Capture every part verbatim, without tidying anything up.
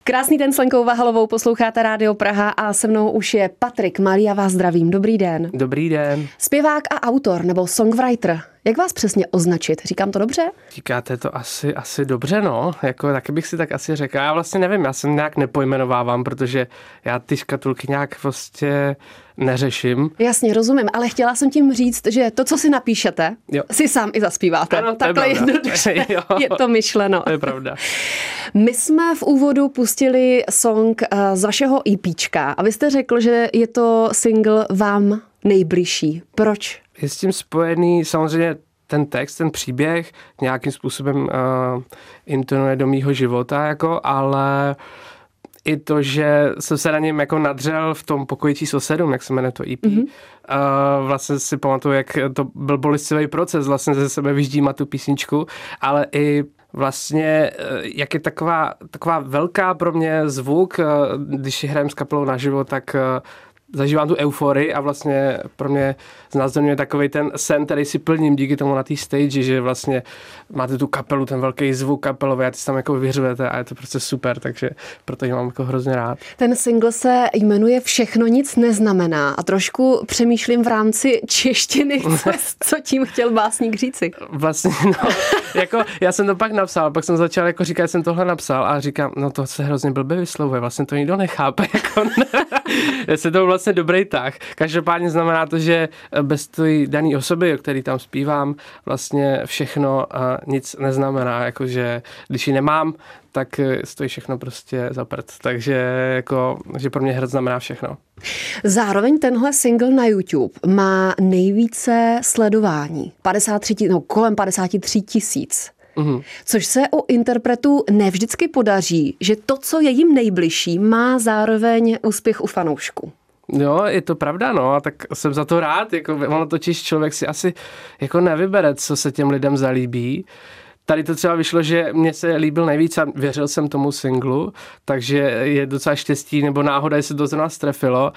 Krásný den s Lenkou Vahalovou, posloucháte Rádio Praha a se mnou už je Patrik. Maria, vás zdravím, dobrý den. Dobrý den. Zpěvák a autor nebo songwriter. Jak vás přesně označit? Říkám to dobře? Říkáte to asi, asi dobře, no. Jako, taky bych si tak asi řekl. Já vlastně nevím, já se nějak nepojmenovávám, protože já ty škatulky nějak vlastně neřeším. Jasně, rozumím, ale chtěla jsem tím říct, že to, co si napíšete, jo. si sám i zaspíváte. Ano, takhle je jednoduše je to myšleno. To je pravda. My jsme v úvodu pustili song z vašeho EPčka a vy jste řekl, že je to single vám nejbližší. Proč? Je s tím spojený samozřejmě ten text, ten příběh nějakým způsobem uh, intonuje do mýho života, jako, ale i to, že jsem se na něm jako nadřel v tom pokoji číslo sedm, jak se jmenuje to E P. Mm-hmm. Uh, vlastně si pamatuju, jak to byl bolestivý proces vlastně ze sebe vyždímat tu písničku, ale i vlastně, jak je taková, taková velká pro mě zvuk, když hrajem s kapelou naživo, tak zažívám tu euforii a vlastně pro mě znázorňuje takovej ten sen, který si plním díky tomu na té stage, že vlastně máte tu kapelu, ten velký zvuk kapelový a ty si tam jako vyřvete a je to prostě super, takže proto ji mám jako hrozně rád. Ten single se jmenuje Všechno nic neznamená a trošku přemýšlím v rámci češtiny, co, co tím chtěl básník říci. Vlastně, no, jako já jsem to pak napsal, pak jsem začal jako říkat, že jsem tohle napsal a říkám, no to se hrozně blbě vyslovuje, vlastně to nikdo nechápe, jako ne. Jestli to vlastně dobrý tah. Každopádně znamená to, že bez té dané osoby, o který tam zpívám, vlastně všechno a nic neznamená. Jakože když ji nemám, tak stojí všechno prostě za prd. Takže jako, že pro mě hrd znamená všechno. Zároveň tenhle single na YouTube má nejvíce sledování. padesát tři, no, kolem padesát tři tisíc. Uhum. Což se u interpretů nevždycky podaří, že to, co je jim nejbližší, má zároveň úspěch u fanoušků. Jo, je to pravda, no, a tak jsem za to rád, jako ono totiž člověk si asi jako nevybere, co se těm lidem zalíbí. Tady to třeba vyšlo, že mně se líbil nejvíc a věřil jsem tomu singlu, takže je docela štěstí nebo náhoda, že se to zrovna strefilo,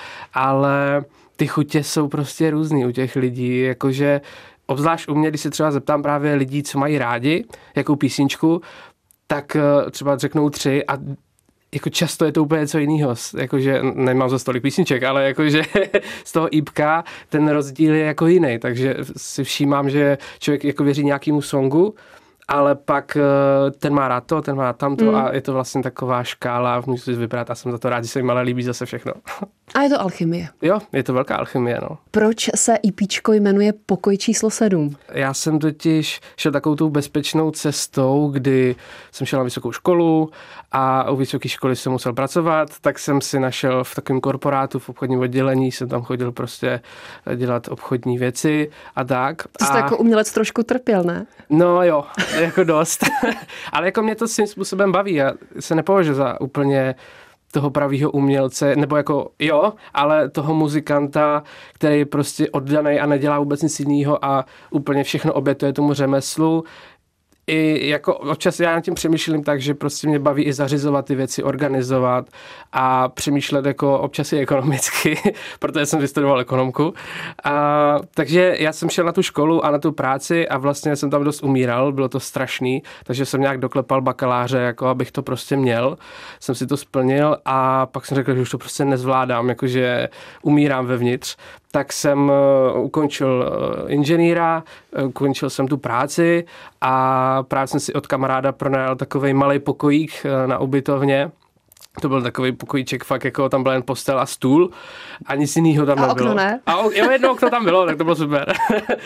ale ty chutě jsou prostě různý u těch lidí, jakože obzvlášť u mě, když se třeba zeptám právě lidí, co mají rádi, jakou písničku, tak třeba řeknou tři a jako často je to úplně něco jiného, jakože nemám za stolik písniček, ale jakože z toho ípka ten rozdíl je jako jiný, takže si všímám, že člověk jako věří nějakému songu, ale pak ten má rád to, ten má rád tamto mm. a je to vlastně taková škála, můžu si vybrat a jsem za to rád, že se jim ale líbí zase všechno. A je to alchymie. Jo, je to velká alchymie, no. Proč se EPčko jmenuje Pokoj číslo sedm? Já jsem totiž šel takovou tou bezpečnou cestou, kdy jsem šel na vysokou školu a u vysoké školy jsem musel pracovat, tak jsem si našel v takovém korporátu, v obchodním oddělení, jsem tam chodil prostě dělat obchodní věci a tak. To jste a... jako umělec trošku trpěl, ne? No jo, jako dost. Ale jako mě to svým způsobem baví. Já se nepovažuji za úplně toho pravýho umělce, nebo jako jo, ale toho muzikanta, který je prostě oddaný a nedělá vůbec nic jiného a úplně všechno obětuje tomu řemeslu. I jako občas já nad tím přemýšlím tak, že prostě mě baví i zařizovat ty věci, organizovat a přemýšlet jako občas i ekonomicky, protože jsem vystudoval ekonomku. A, takže já jsem šel na tu školu a na tu práci a vlastně jsem tam dost umíral, bylo to strašný, takže jsem nějak doklepal bakaláře, jako abych to prostě měl. Jsem si to splnil a pak jsem řekl, že už to prostě nezvládám, jakože umírám vevnitř. Tak jsem uh, ukončil uh, inženýra, uh, ukončil jsem tu práci a právě jsem si od kamaráda pronajal takovej malej pokojík uh, na ubytovně. To byl takový pokojíček, fakt jako tam byl jen postel a stůl a nic jiného tam a nebylo. Okno ne? A jo, jedno okno tam bylo, tak to bylo super.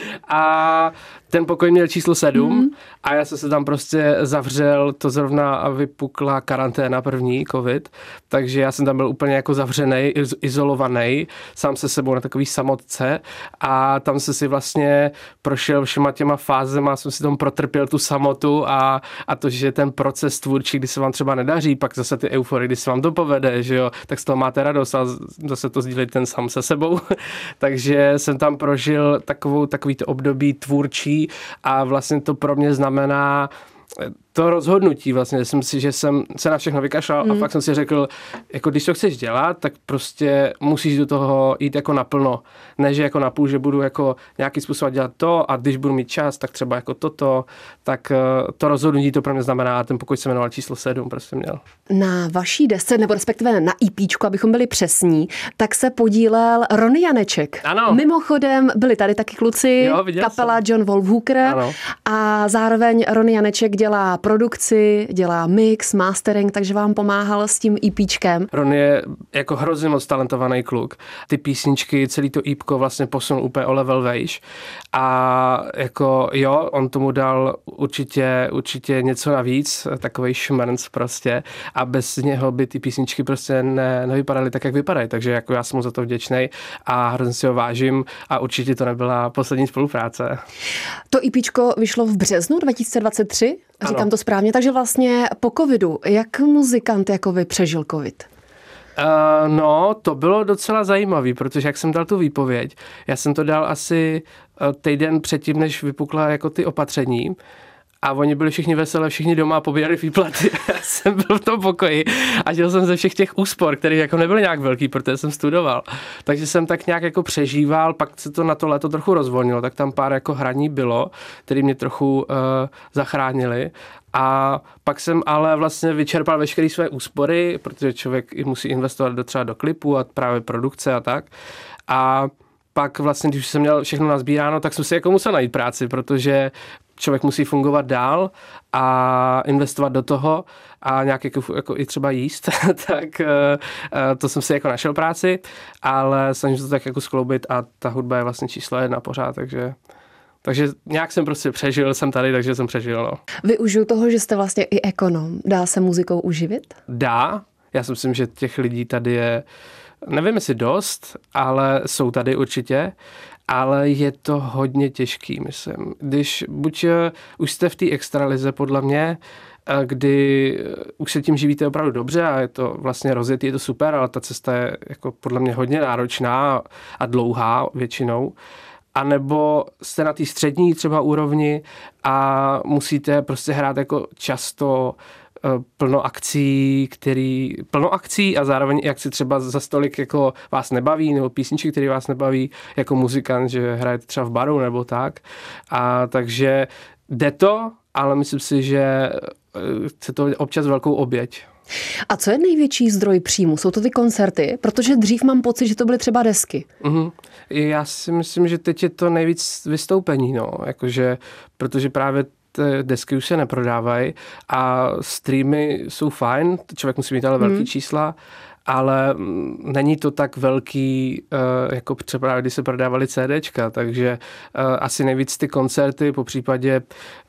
A ten pokoj měl číslo sedm mm. a já jsem se tam prostě zavřel, to zrovna vypukla karanténa první, covid, takže já jsem tam byl úplně jako zavřenej, izolovaný, sám se sebou na takový samotce a tam jsem si vlastně prošel všema těma fázema, jsem si tam protrpěl tu samotu a, a to, že ten proces tvůrčí, kdy se vám třeba nedaří, pak zase ty euforie, když se vám to povede, že jo, tak z toho máte radost a zase to sdílí ten sám se sebou. Takže jsem tam prožil takovou, takový to období tvůrčí a vlastně to pro mě znamená to rozhodnutí vlastně, jsem si, že jsem se na všechno vykašlal mm. a fakt jsem si řekl, jako když to chceš dělat, tak prostě musíš do toho jít jako naplno. Ne, že jako napůl, že budu jako nějaký způsob dělat to a když budu mít čas, tak třeba jako toto, tak to rozhodnutí to pro mě znamená, ten pokoj se jmenoval číslo sedm, prostě měl. Na vaší desce, nebo respektive na EPčku, abychom byli přesní, tak se podílel Ronny Janeček. Ano. Mimochodem byli tady taky kluci, jo, kapela jsem. John Wolfhooker Ano. a zároveň Ronny Janeček dělá produkci, dělá mix, mastering, takže vám pomáhal s tím EPčkem. Ronny je jako hrozně moc talentovaný kluk. Ty písničky, celý to EPko vlastně posunul úplně o level vejš a jako jo, on tomu dal určitě, určitě něco navíc, takovej šmrnc prostě a bez něho by ty písničky prostě ne, nevypadaly tak, jak vypadají, takže jako já jsem mu za to vděčnej a hrozně si ho vážím a určitě to nebyla poslední spolupráce. To EPčko vyšlo v březnu dva tisíce dvacet tři, říkám ano. to správně, takže vlastně po covidu, jak muzikant jako vy přežil covid? Uh, no, to bylo docela zajímavý, protože jak jsem dal tu výpověď, já jsem to dal asi týden předtím, než vypukla jako ty opatření a oni byli všichni veselé, všichni doma a pobírali výplaty. Já jsem byl v tom pokoji a žil jsem ze všech těch úspor, které jako nebyly nějak velký, protože jsem studoval. Takže jsem tak nějak jako přežíval, pak se to na to léto trochu rozvolnilo, tak tam pár jako hraní bylo, které mě trochu uh, zachránili. A pak jsem ale vlastně vyčerpal veškeré své úspory, protože člověk i musí investovat do, třeba do klipu a právě produkce a tak. A pak vlastně, když jsem měl všechno nazbíráno, tak jsem si jako musel najít práci, protože člověk musí fungovat dál a investovat do toho a nějak jako, jako i třeba jíst, tak to jsem si jako našel práci, ale snažím se to tak jako skloubit a ta hudba je vlastně číslo jedna pořád, takže... Takže nějak jsem prostě přežil, jsem tady, takže jsem přežil, no. Využiju toho, že jste vlastně i ekonom. Dá se muzikou uživit? Dá. Já si myslím, že těch lidí tady je, nevím jestli dost, ale jsou tady určitě, ale je to hodně těžký, myslím. Když buď už jste v té extralize, podle mě, kdy už se tím živíte opravdu dobře a je to vlastně rozjetý, je to super, ale ta cesta je jako podle mě hodně náročná a dlouhá většinou. A nebo jste na té střední třeba úrovni a musíte prostě hrát jako často plno akcí, který, plno akcí a zároveň i akci třeba za stolik jako vás nebaví, nebo písničky, které vás nebaví jako muzikant, že hrajete třeba v baru nebo tak. A takže jde to, ale myslím si, že chce to občas velkou oběť. A co je největší zdroj příjmu? Jsou to ty koncerty? Protože dřív mám pocit, že to byly třeba desky. Mm-hmm. Já si myslím, že teď je to nejvíc vystoupení, no. Jakože, protože právě ty desky už se neprodávají a streamy jsou fajn, člověk musí mít ale velký mm. čísla, ale není to tak velký, jako třeba když se prodávaly CDčka, takže asi nejvíc ty koncerty, po případě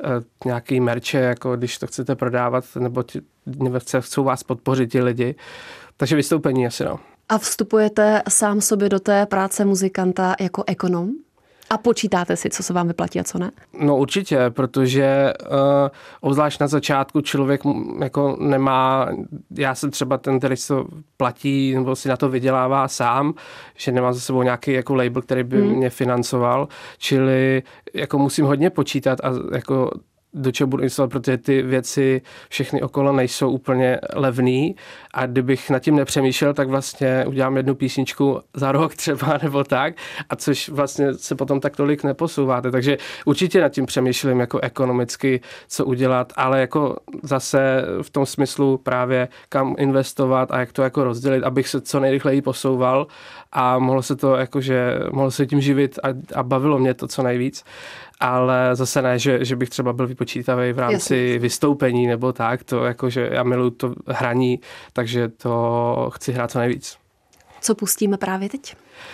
nějaký merče, jako když to chcete prodávat, nebo ti, chcou vás podpořit ti lidi. Takže vystoupení asi, no. A vstupujete sám sobě do té práce muzikanta jako ekonom? A počítáte si, co se vám vyplatí a co ne? No určitě, protože uh, obzvlášť na začátku člověk jako nemá, já jsem třeba ten, který se platí nebo si na to vydělává sám, že nemám za sebou nějaký jako label, který by hmm. mě financoval, čili jako musím hodně počítat a jako do čeho budu investovat, protože ty věci všechny okolo nejsou úplně levný a kdybych nad tím nepřemýšlel, tak vlastně udělám jednu písničku za rok třeba nebo tak, a což vlastně se potom tak tolik neposouváte, takže určitě nad tím přemýšlím jako ekonomicky, co udělat, ale jako zase v tom smyslu právě kam investovat a jak to jako rozdělit, abych se co nejrychleji posouval a mohlo se to jakože, mohlo se tím živit a, a bavilo mě to co nejvíc. Ale zase ne, že, že bych třeba byl vypočítavý v rámci Jasně. vystoupení nebo tak, to jakože já miluji to hraní, takže to chci hrát co nejvíc. Co pustíme právě teď?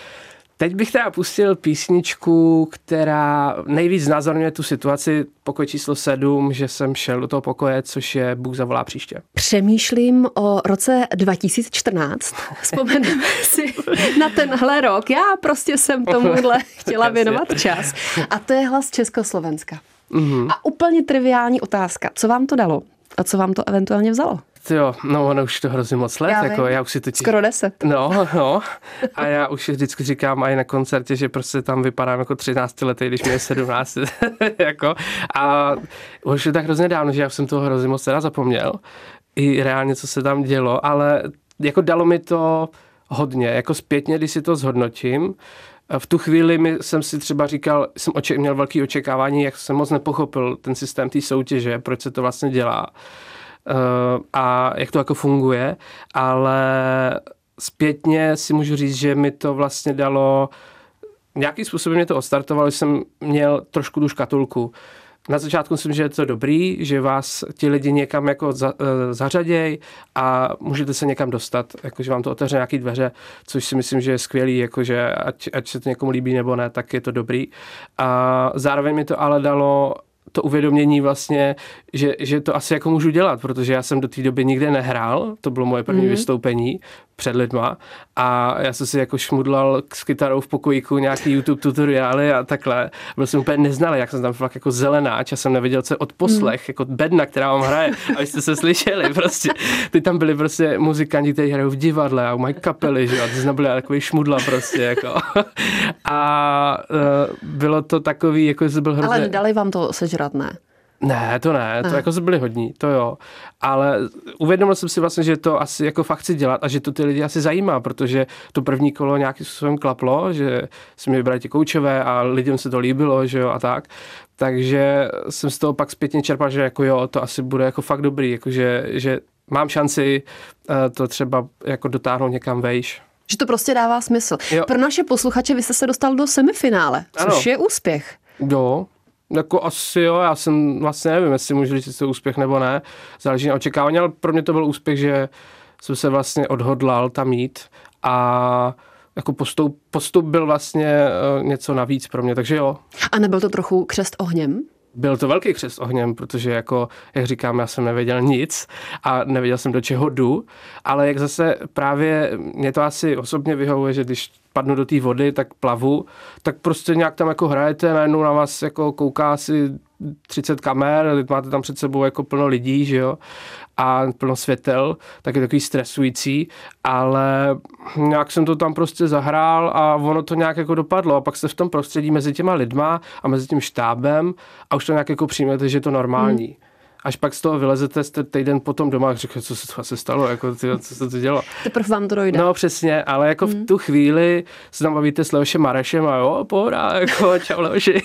Teď bych teda pustil písničku, která nejvíc znázorňuje tu situaci, pokoj číslo sedm, že jsem šel do toho pokoje, což je Bůh zavolá příště. Přemýšlím o roce dva tisíce čtrnáct. Vzpomeneme si na tenhle rok. Já prostě jsem tomuhle chtěla věnovat čas. A to je Hlas Československa. Mm-hmm. A úplně triviální otázka. Co vám to dalo? A co vám to eventuálně vzalo? Jo, no ono už to hrozně moc let, já, jako já už si to... Skoro deset. No, no. A já už vždycky říkám i na koncertě, že prostě tam vypadám jako třináctiletý, když mi je sedmnáct. jako. A už je tak hrozně dávno, že já jsem toho hrozně moc teda zapomněl. I reálně, co se tam dělo, ale jako dalo mi to hodně. Jako zpětně, když si to zhodnotím, v tu chvíli mi, jsem si třeba říkal, jsem oče, měl velké očekávání, jak jsem moc nepochopil ten systém té soutěže, proč se to vlastně dělá. Uh, a jak to jako funguje, ale zpětně si můžu říct, že mi to vlastně dalo, nějakým způsobem mě to odstartovalo, že jsem měl trošku tu škatulku. Na začátku myslím, že je to dobrý, že vás ti lidi někam jako za, uh, zařaděj a můžete se někam dostat, jakože vám to otevře nějaký dveře, což si myslím, že je skvělý, jakože ať, ať se to někomu líbí nebo ne, tak je to dobrý. A zároveň mi to ale dalo to uvědomění vlastně, že, že to asi jako můžu dělat, protože já jsem do té doby nikde nehrál, to bylo moje první mm. vystoupení před lidma a já jsem si jako šmudlal s kytarou v pokojíku nějaký YouTube tutoriály a takhle. Byl jsem úplně neznalý, jak jsem tam fakt jako zelenáč a jsem nevěděl, co je odposlech, mm. jako bedna, která vám hraje, abyste se slyšeli prostě. Ty tam byli prostě muzikanti, kteří hrajou v divadle a mají kapely, že jo, a ty jsem byl takový šmudla prostě jako. A uh, bylo to takový, jako že byl hrozně... Ale dali vám to sežrat, ne? Ne, to ne, ne, to jako byli hodní, to jo, ale uvědomil jsem si vlastně, že to asi jako fakt chci dělat a že to ty lidi asi zajímá, protože to první kolo nějakým způsobem klaplo, že jsme mě vybrali ti koučové a lidem se to líbilo, že jo, a tak, takže jsem z toho pak zpětně čerpal, že jako jo, to asi bude jako fakt dobrý, jakože, že mám šanci to třeba jako dotáhnout někam vejš. Že to prostě dává smysl. Jo. Pro naše posluchače vy jste se dostal do semifinále, což ano. je úspěch. Jo. Jako asi jo, já jsem vlastně nevím, jestli můžu říct, jestli to úspěch nebo ne, záleží na očekávání, ale pro mě to byl úspěch, že jsem se vlastně odhodlal tam jít a jako postup, postup byl vlastně něco navíc pro mě, takže jo. A nebyl to trochu křest ohněm? Byl to velký křest ohněm, protože jako, jak říkám, já jsem nevěděl nic a nevěděl jsem, do čeho jdu, ale jak zase právě mě to asi osobně vyhovuje, že když padnu do té vody, tak plavu, tak prostě nějak tam jako hrajete, najednou na vás jako kouká asi třicet kamer, máte tam před sebou jako plno lidí, že jo, a plno světel, tak je takový stresující, ale nějak jsem to tam prostě zahrál a ono to nějak jako dopadlo a pak jste v tom prostředí mezi těma lidma a mezi tím štábem a už to nějak jako přijmete, že je to normální. Hmm. Až pak z toho vylezete, jste týden potom doma a říkáte, co se to asi stalo, jako, tyjo, co se to dělo. Teprve vám to dojde. No přesně, ale jako hmm. v tu chvíli se tam bavíte s Leošem Marešem a jo, pohoda, jako čau Leoši.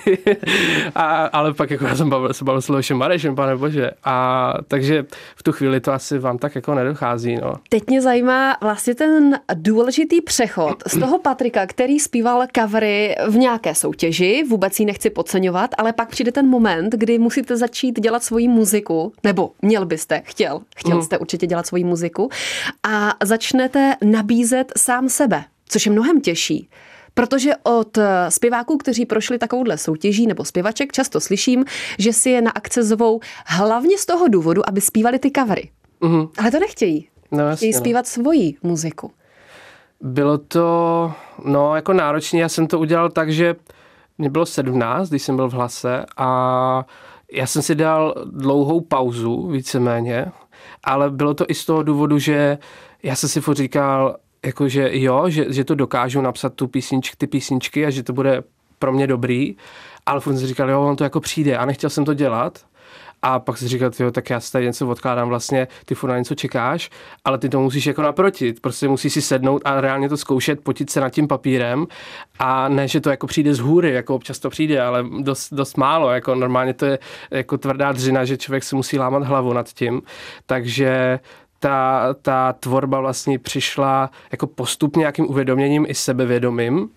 a, ale pak jako já jsem bavil, se bavil s Leošem Marešem, pane bože. A takže v tu chvíli to asi vám tak jako nedochází, no. Teď mě zajímá vlastně ten důležitý přechod z toho Patrika, který zpíval covery v nějaké soutěži, vůbec ji nechci podceňovat, ale pak přijde ten moment, kdy musíte začít dělat svoji muziku, nebo měl byste, chtěl, chtěl mm. jste určitě dělat svoji muziku a začnete nabízet sám sebe, což je mnohem těžší. Protože od zpěváků, kteří prošli takovouhle soutěží nebo zpěvaček, často slyším, že si je na akce zvou hlavně z toho důvodu, aby zpívali ty covery. Mm. Ale to nechtějí. No, jasně, chtějí zpívat no. svoji muziku. Bylo to, no jako náročně, já jsem to udělal tak, že mě bylo sedmnáct, když jsem byl v Hlase a já jsem si dal dlouhou pauzu, víceméně, ale bylo to i z toho důvodu, že já jsem si furt říkal, jakože jo, že, že to dokážu napsat tu písničky, ty písničky a že to bude pro mě dobrý, ale furt jsem si říkal, jo, on to jako přijde a nechtěl jsem to dělat. A pak si říkal, jo, tak já si tady něco odkládám vlastně, ty furt na něco čekáš, ale ty to musíš jako naprotit, prostě musíš si sednout a reálně to zkoušet, potit se nad tím papírem a ne, že to jako přijde z hůry, jako občas to přijde, ale dost, dost málo, jako normálně to je jako tvrdá dřina, že člověk si musí lámat hlavu nad tím, takže ta, ta tvorba vlastně přišla jako postupně nějakým uvědoměním i sebevědomím.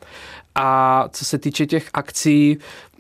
A co se týče těch akcí,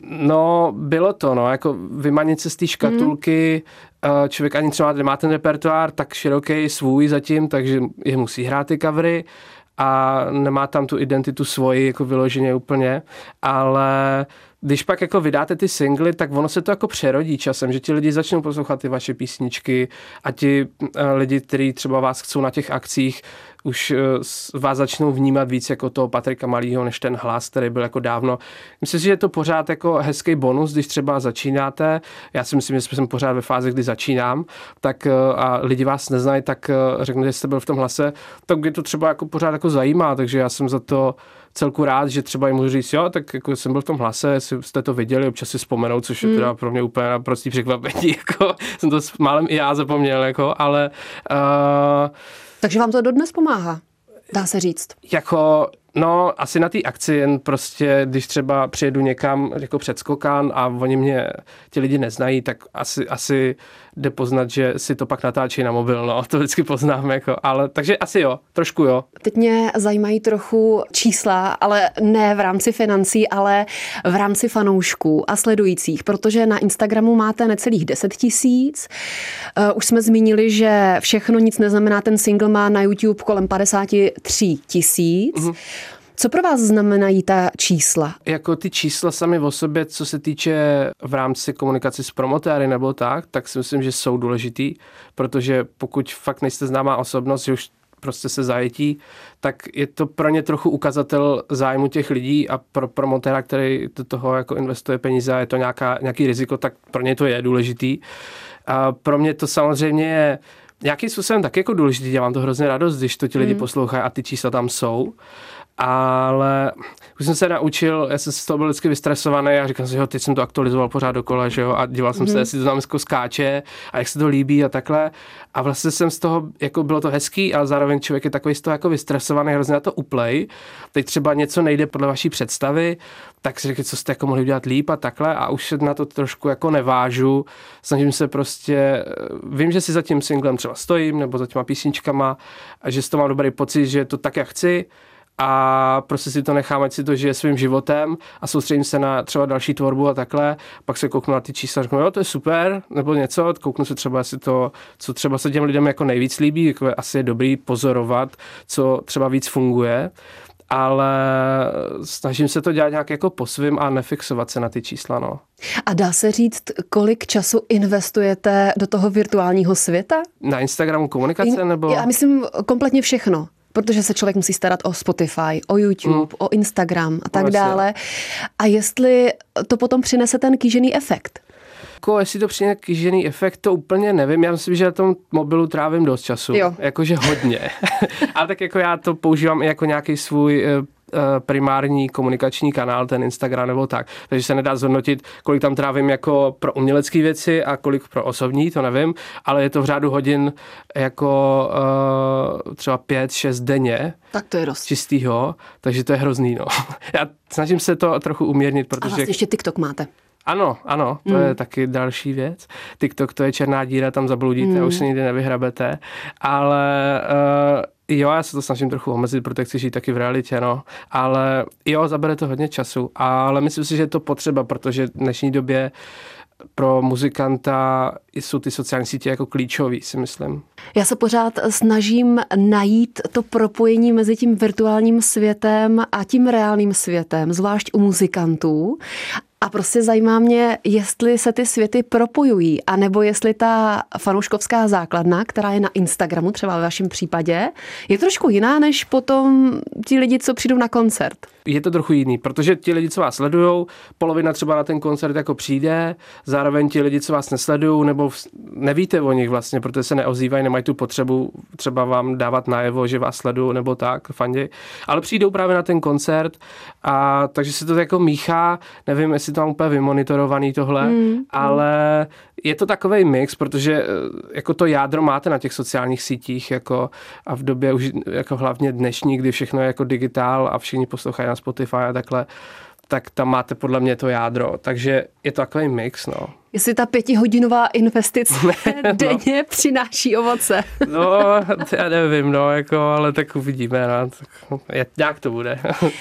no bylo to, no, jako vymanit se z té škatulky, mm. člověk ani třeba nemá ten repertoár tak široký svůj zatím, takže je musí hrát ty covery a nemá tam tu identitu svoji, jako vyloženě úplně, ale když pak jako vydáte ty singly, tak ono se to jako přerodí časem, že ti lidi začnou poslouchat ty vaše písničky a ti lidi, kteří třeba vás chcou na těch akcích, už vás začnou vnímat víc jako toho Patrika Malýho, než ten hlas, který byl jako dávno. Myslím si, že je to pořád jako hezký bonus, když třeba začínáte. Já si myslím, že jsem pořád ve fázi, kdy začínám, tak a lidi vás neznají, tak řeknete, že jste byl v tom hlase, tak je to třeba jako pořád jako zajímá, takže já jsem za to celku rád, že třeba jim můžu říct, jo, tak jako jsem byl v tom hlase, jestli jste to viděli, občas si vzpomenou, což je mm. teda pro mě úplně prostý překvapení, jako jsem to málem i já zapomněl, jako, ale uh, takže vám to dodnes pomáhá, dá se říct. Jako, no, asi na té akci, jen prostě, když třeba přijedu někam jako předskokan a oni mě, ti lidi neznají, tak asi, asi jde poznat, že si to pak natáčí na mobil, no, to vždycky poznám, jako, ale, takže asi jo, trošku jo. Teď mě zajímají trochu čísla, ale ne v rámci financí, ale v rámci fanoušků a sledujících, protože na Instagramu máte necelých deset tisíc. Uh, už jsme zmínili, že všechno nic neznamená, ten single má na YouTube kolem padesát tři tisíc. Mm-hmm. Co pro vás znamenají ta čísla? Jako ty čísla sami o sobě, co se týče v rámci komunikace s promotéry nebo tak, tak si myslím, že jsou důležitý, protože pokud fakt nejste známá osobnost, že už prostě se zajetí, tak je to pro ně trochu ukazatel zájmu těch lidí a pro promotéra, který do toho jako investuje peníze a je to nějaká, nějaký riziko, tak pro ně to je důležitý. A pro mě to samozřejmě je nějakým způsobem tak jako důležitý, dělám to hrozně radost, když to ti lidi mm. poslouchají a ty čísla tam jsou. Ale už jsem se naučil, já jsem z toho byl vždycky vystresovaný a říkal jsem si, jo, teď jsem to aktualizoval pořád dokola, že jo, a díval jsem mm. se, jestli to tam jako skáče a jak se to líbí a takhle. A vlastně jsem z toho, jako bylo to hezký, ale zároveň člověk je takový z toho jako vystresovaný, hrozně na to uplej. Teď třeba něco nejde podle vaší představy, tak si řekl, co jste jako mohli udělat líp a takhle a už se na to trošku jako nevážu. Snažím se prostě, vím, že si za tím singlem třeba stojím nebo za těma písničkama a že z toho mám dobrý pocit, že je to tak, jak chci. A prostě si to nechám, ať si to žije svým životem a soustředím se na třeba další tvorbu a takhle. Pak se kouknu na ty čísla a řeknu, jo, to je super, nebo něco, kouknu se třeba, jestli to, co třeba se těm lidem jako nejvíc líbí, jako asi je dobrý pozorovat, co třeba víc funguje, ale snažím se to dělat nějak jako po svým a nefixovat se na ty čísla, no. A dá se říct, kolik času investujete do toho virtuálního světa? Na Instagramu komunikace, In, nebo? Já myslím kompletně všechno. Protože se člověk musí starat o Spotify, o YouTube, mm. o Instagram a tak no, dále. A jestli to potom přinese ten kýžený efekt? Jako, jestli to přinese kýžený efekt, to úplně nevím. Já myslím, že na tom mobilu trávím dost času. Jo. Jakože hodně. Ale tak jako já to používám i jako nějaký svůj primární komunikační kanál, ten Instagram nebo tak. Takže se nedá zhodnotit, kolik tam trávím jako pro umělecké věci a kolik pro osobní, to nevím, ale je to v řádu hodin jako uh, třeba pět, šest denně. Tak to je dost. Čistýho, takže to je hrozný, no. Já snažím se to trochu umírnit, protože... A vlastně ještě TikTok máte. Ano, ano, to mm. je taky další věc. TikTok to je černá díra, tam zabloudíte mm. a už se nikdy nevyhrabete. Ale uh, jo, já se to snažím trochu omezit, protože chci žít taky v realitě, no. Ale jo, zabere to hodně času. Ale myslím si, že je to potřeba, protože v dnešní době pro muzikanta jsou ty sociální sítě jako klíčový, si myslím. Já se pořád snažím najít to propojení mezi tím virtuálním světem a tím reálným světem, zvlášť u muzikantů. A prostě zajímá mě, jestli se ty světy propojují, anebo jestli ta fanouškovská základna, která je na Instagramu, třeba ve vašem případě, je trošku jiná než potom ti lidi, co přijdou na koncert. Je to trochu jiný, protože ti lidi, co vás sledujou, polovina třeba na ten koncert jako přijde, zároveň ti lidi, co vás nesledují, nebo nevíte o nich vlastně, protože se neozývají, nemají tu potřebu třeba vám dávat najevo, že vás sledují nebo tak, fandí, ale přijdou právě na ten koncert a takže se to jako míchá, nevím, jestli to mám úplně vymonitorovaný tohle, mm, ale je to takovej mix, protože jako to jádro máte na těch sociálních sítích jako a v době už jako hlavně dnešní, kdy všechno je jako digitál a všichni poslouchají na Spotify a takhle, tak tam máte podle mě to jádro. Takže je to takový mix, no. Jestli ta pětihodinová investice no. denně přináší ovoce. No, já nevím, no, jako, ale tak uvidíme, no. Tak, jak to bude.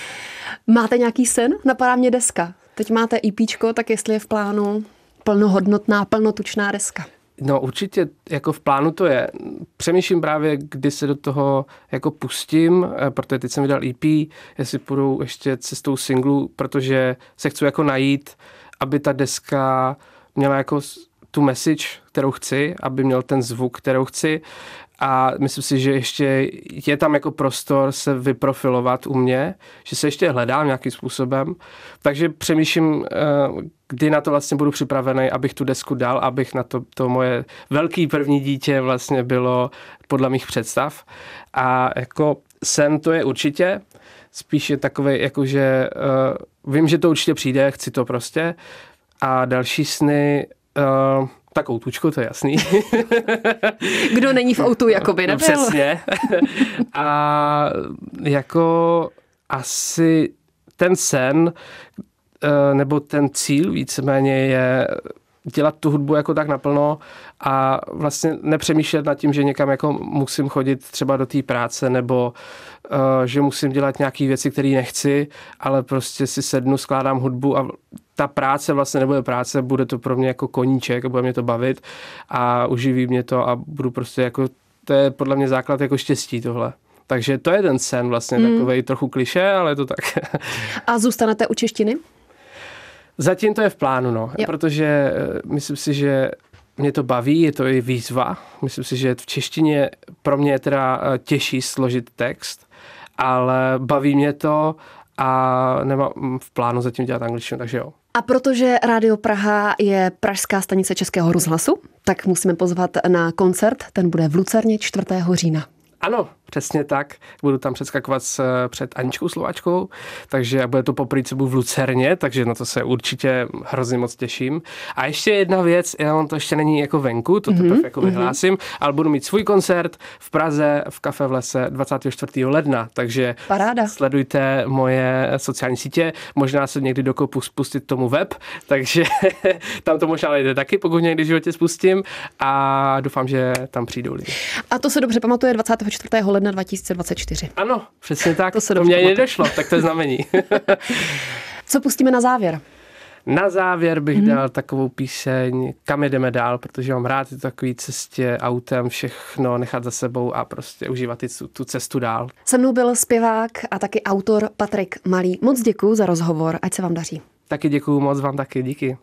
Máte nějaký sen? Napadá mě deska. Teď máte EPčko, tak jestli je v plánu plnohodnotná, plnotučná deska. No určitě, jako v plánu to je. Přemýšlím právě, kdy se do toho jako pustím, protože teď jsem vydal E P, jestli půjdu ještě cestou singlu, protože se chci jako najít, aby ta deska měla jako tu message, kterou chci, aby měl ten zvuk, kterou chci. A myslím si, že ještě je tam jako prostor se vyprofilovat u mě, že se ještě hledám nějakým způsobem. Takže přemýšlím, kdy na to vlastně budu připravený, abych tu desku dal, abych na to, to moje velký první dítě vlastně bylo podle mých představ. A jako sen to je určitě, spíš je takovej, jakože uh, vím, že to určitě přijde, chci to prostě. A další sny... Uh, Tak outučko, to je jasný. Kdo není v outu, jakoby nebyl. No, přesně. A jako asi ten sen, nebo ten cíl víceméně je dělat tu hudbu jako tak naplno a vlastně nepřemýšlet nad tím, že někam jako musím chodit třeba do té práce nebo uh, že musím dělat nějaké věci, které nechci, ale prostě si sednu, skládám hudbu a ta práce vlastně nebude práce, bude to pro mě jako koníček a bude mě to bavit a uživí mě to a budu prostě jako, to je podle mě základ jako štěstí tohle. Takže to je ten sen vlastně, hmm. takovej trochu klišé, ale je to tak. A zůstanete u češtiny? Zatím to je v plánu, no, jo. Protože myslím si, že mě to baví, je to i výzva. Myslím si, že v češtině pro mě je teda těžší složit text, ale baví mě to a nemám v plánu zatím dělat angličtinu, takže jo. A protože Rádio Praha je pražská stanice Českého rozhlasu, tak musíme pozvat na koncert, ten bude v Lucerně čtvrtého října. Ano, přesně tak. Budu tam předskakovat s, před Aničkou Slováčkou, takže bude to poprvé, co budu v Lucerně, takže na to se určitě hrozně moc těším. A ještě jedna věc, já to ještě není jako venku, to teprve mm-hmm. jako vyhlásím, ale budu mít svůj koncert v Praze v Kafe v lese dvacátého čtvrtého ledna, takže Paráda. Sledujte moje sociální sítě, možná se někdy dokopu spustit tomu web, takže tam to možná jde taky, pokud někdy v životě spustím a doufám, že tam přijdou lidi. A to se dobře pamatuje dvacátého čtvrtého ledna dva tisíce dvacet čtyři. Ano, přesně tak. To se to mě nedošlo, tak to je znamení. Co pustíme na závěr? Na závěr bych mm. dal takovou píseň Kam jedeme dál, protože mám rád takový cestě autem, všechno nechat za sebou a prostě užívat tu, tu cestu dál. Se mnou byl zpěvák a taky autor Patrik Malý. Moc děkuju za rozhovor, ať se vám daří. Taky děkuju moc, vám taky, díky.